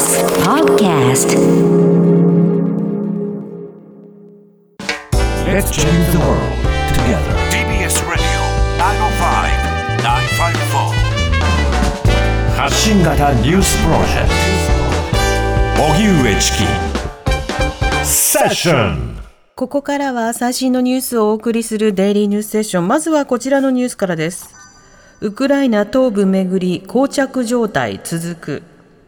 TBS Podcast. Let's change the world together. TBS Radio 905-954 発信型ニュースプロジェクト荻上チキセッション。 ここからは最新のニュースをお送りするデイリーニュースセッション。まずはこちらのニュースからです。ウクライナ東部めぐり膠着状態続く。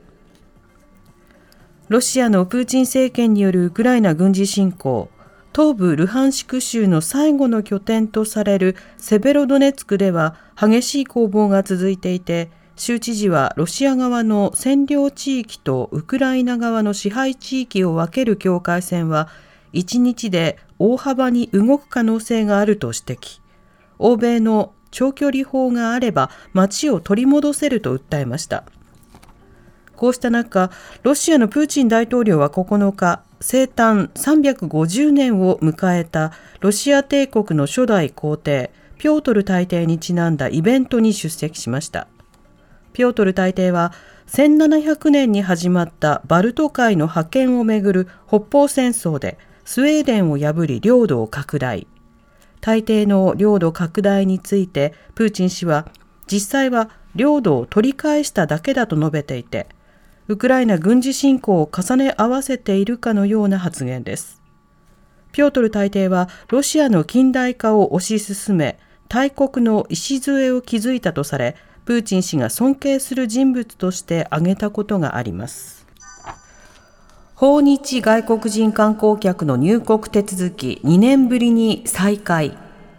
ロシアのプーチン政権によるウクライナ軍事侵攻、東部ルハンシク州の最後の拠点とされるセベロドネツクでは激しい攻防が続いていて、州知事はロシア側の占領地域とウクライナ側の支配地域を分ける境界線は1日で大幅に動く可能性があると指摘。欧米の長距離砲があれば街を取り戻せると訴えました。こうした中、ロシアのプーチン大統領は9日、生誕350年を迎えたロシア帝国の初代皇帝ピョートル大帝にちなんだイベントに出席しました。ピョートル大帝は1700年に始まったバルト海の覇権をめぐる北方戦争でスウェーデンを破り領土を拡大。大抵の領土拡大についてプーチン氏は実際は領土を取り返しただけだと述べていて、ウクライナ軍事侵攻を重ね合わせているかのような発言です。ピョートル大帝はロシアの近代化を推し進め、大国の礎を築いたとされ、プーチン氏が尊敬する人物として挙げたことがあります。訪日外国人観光客の入国手続き2年ぶりに再開。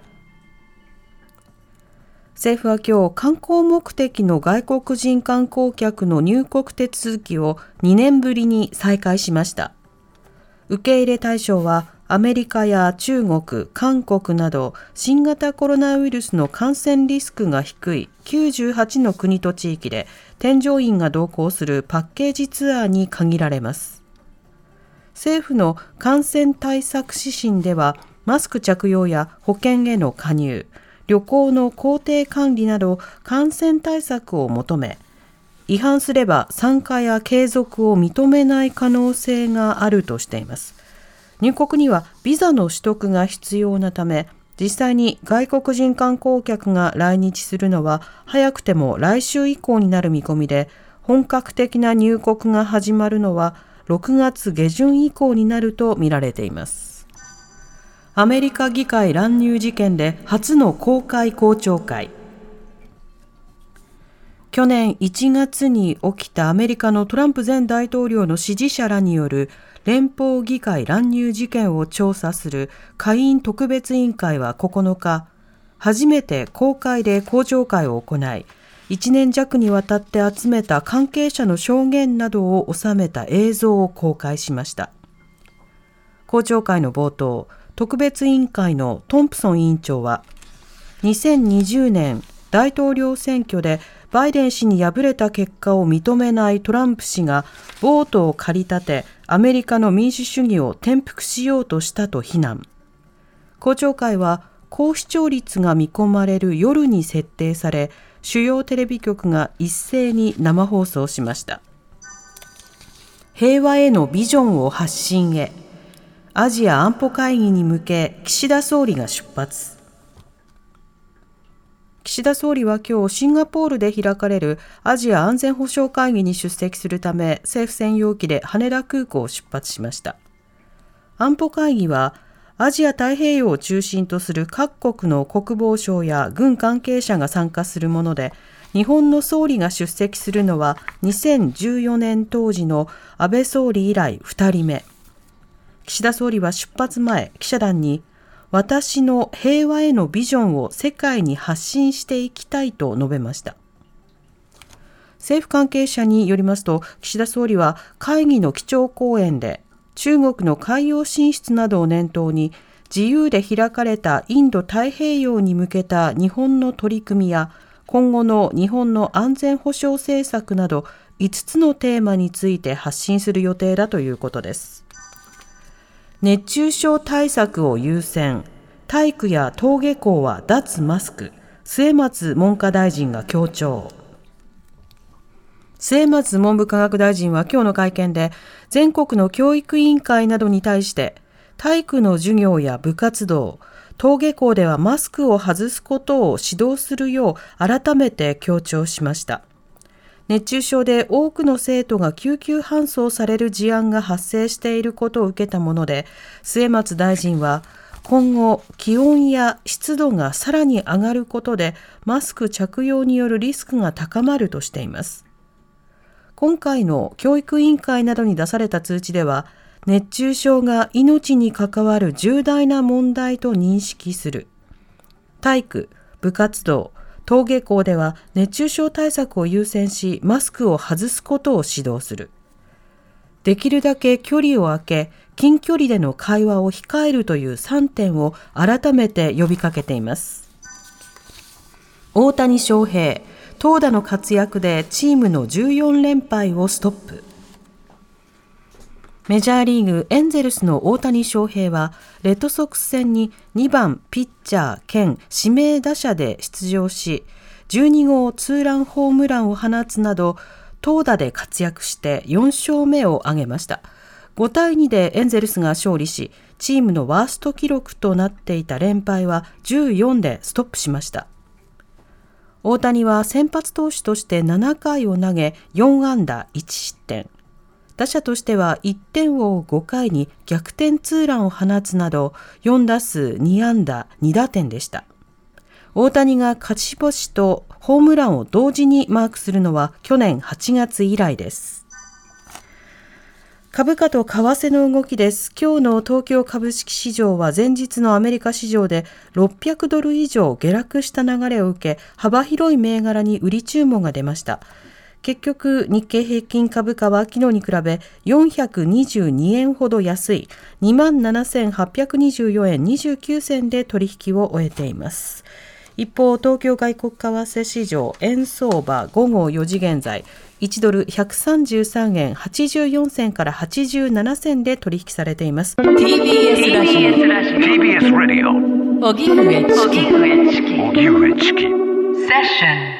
政府は今日、観光目的の外国人観光客の入国手続きを2年ぶりに再開しました。受け入れ対象はアメリカや中国、韓国など新型コロナウイルスの感染リスクが低い98の国と地域で添乗員が同行するパッケージツアーに限られます。政府の感染対策指針では、マスク着用や保険への加入、旅行の行程管理など感染対策を求め、違反すれば参加や継続を認めない可能性があるとしています。入国にはビザの取得が必要なため、実際に外国人観光客が来日するのは早くても来週以降になる見込みで、本格的な入国が始まるのは6月下旬以降になると見られています。アメリカ議会乱入事件で初の公開公聴会。去年1月に起きたアメリカのトランプ前大統領の支持者らによる連邦議会乱入事件を調査する下院特別委員会は9日、初めて公開で公聴会を行い、1年弱にわたって集めた関係者の証言などを収めた映像を公開しました。公聴会の冒頭、特別委員会のトンプソン委員長は、2020年大統領選挙でバイデン氏に敗れた結果を認めないトランプ氏がボートを駆り立て、アメリカの民主主義を転覆しようとしたと非難。公聴会は高視聴率が見込まれる夜に設定され、主要テレビ局が一斉に生放送しました。平和へのビジョンを発信へ。アジア安保会議に向け岸田総理が出発。岸田総理は今日シンガポールで開かれるアジア安全保障会議に出席するため、政府専用機で羽田空港を出発しました。安保会議はアジア太平洋を中心とする各国の国防相や軍関係者が参加するもので、日本の総理が出席するのは2014年当時の安倍総理以来2人目。岸田総理は出発前、記者団に、私の平和へのビジョンを世界に発信していきたいと述べました。政府関係者によりますと、岸田総理は会議の基調講演で、中国の海洋進出などを念頭に、自由で開かれたインド太平洋に向けた日本の取り組みや、今後の日本の安全保障政策など5つのテーマについて発信する予定だということです。熱中症対策を優先、体育や登下校は脱マスク、末松文科大臣が強調。 末松文部科学大臣は今日の会見で、全国の教育委員会などに対して、体育の授業や部活動、登下校ではマスクを外すことを指導するよう改めて強調しました。熱中症で多くの生徒が救急搬送される事案が発生していることを受けたもので、末松大臣は今後気温や湿度がさらに上がることでマスク着用によるリスクが高まるとしています。今回の教育委員会などに出された通知では、熱中症が命に関わる重大な問題と認識する。体育、部活動、登下校では熱中症対策を優先し、マスクを外すことを指導する。できるだけ距離を空け、近距離での会話を控えるという3点を改めて呼びかけています。大谷翔平、投打の活躍でチームの14連敗をストップ。メジャーリーグエンゼルスの大谷翔平はレッドソックス戦に2番ピッチャー兼指名打者で出場し、12号ツーランホームランを放つなど投打で活躍して4勝目を挙げました。5対2でエンゼルスが勝利し、チームのワースト記録となっていた連敗は14でストップしました。大谷は先発投手として7回を投げ4安打1失点。打者としては1点を追う5回に逆転ツーランを放つなど4打数2安打2打点でした。大谷が勝ち星とホームランを同時にマークするのは去年8月以来です。株価と為替の動きです。今日の東京株式市場は前日のアメリカ市場で600ドル以上下落した流れを受け、幅広い銘柄に売り注文が出ました。結局、日経平均株価は昨日に比べ422円ほど安い 27,824 円29銭で取引を終えています。一方、東京外国為替市場円相場午後4時現在、1ドル133円84銭から87銭で取引されています。TBS ラジオ荻上チキセッション